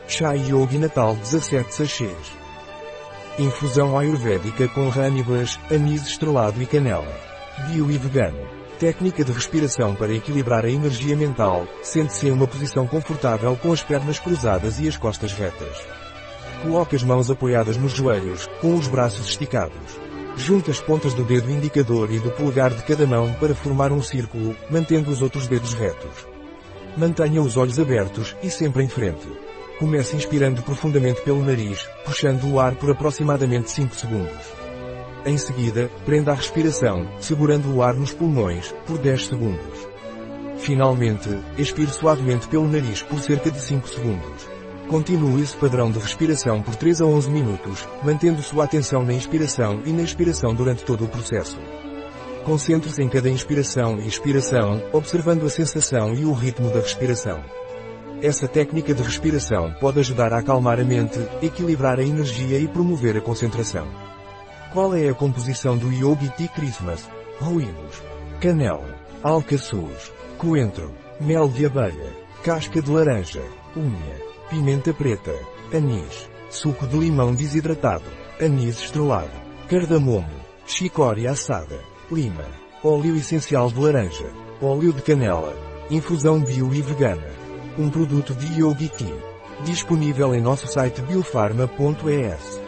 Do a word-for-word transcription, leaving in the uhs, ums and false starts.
Chá Yogi Natal dezassete sachês. Infusão ayurvédica com rânibas, anis estrelado e canela. Bio e vegano. Técnica de respiração para equilibrar a energia mental. Sente-se em uma posição confortável com as pernas cruzadas e as costas retas. Coloque as mãos apoiadas nos joelhos, com os braços esticados. Junte as pontas do dedo indicador e do polegar de cada mão para formar um círculo, mantendo os outros dedos retos. Mantenha os olhos abertos e sempre em frente. Comece inspirando profundamente pelo nariz, puxando o ar por aproximadamente cinco segundos. Em seguida, prenda a respiração, segurando o ar nos pulmões, por dez segundos. Finalmente, expire suavemente pelo nariz por cerca de cinco segundos. Continue esse padrão de respiração por três a onze minutos, mantendo sua atenção na inspiração e na expiração durante todo o processo. Concentre-se em cada inspiração e expiração, observando a sensação e o ritmo da respiração. Essa técnica de respiração pode ajudar a acalmar a mente, equilibrar a energia e promover a concentração. Qual é a composição do Yogi Tea Christmas? Ruídos, canela, alcaçuz, coentro, mel de abelha, casca de laranja, unha, pimenta preta, anis, suco de limão desidratado, anis estrelado, cardamomo, chicória assada, lima, óleo essencial de laranja, óleo de canela, infusão bio e vegana. Um produto de Yogi Tea. Disponível em nosso site biofarma ponto es.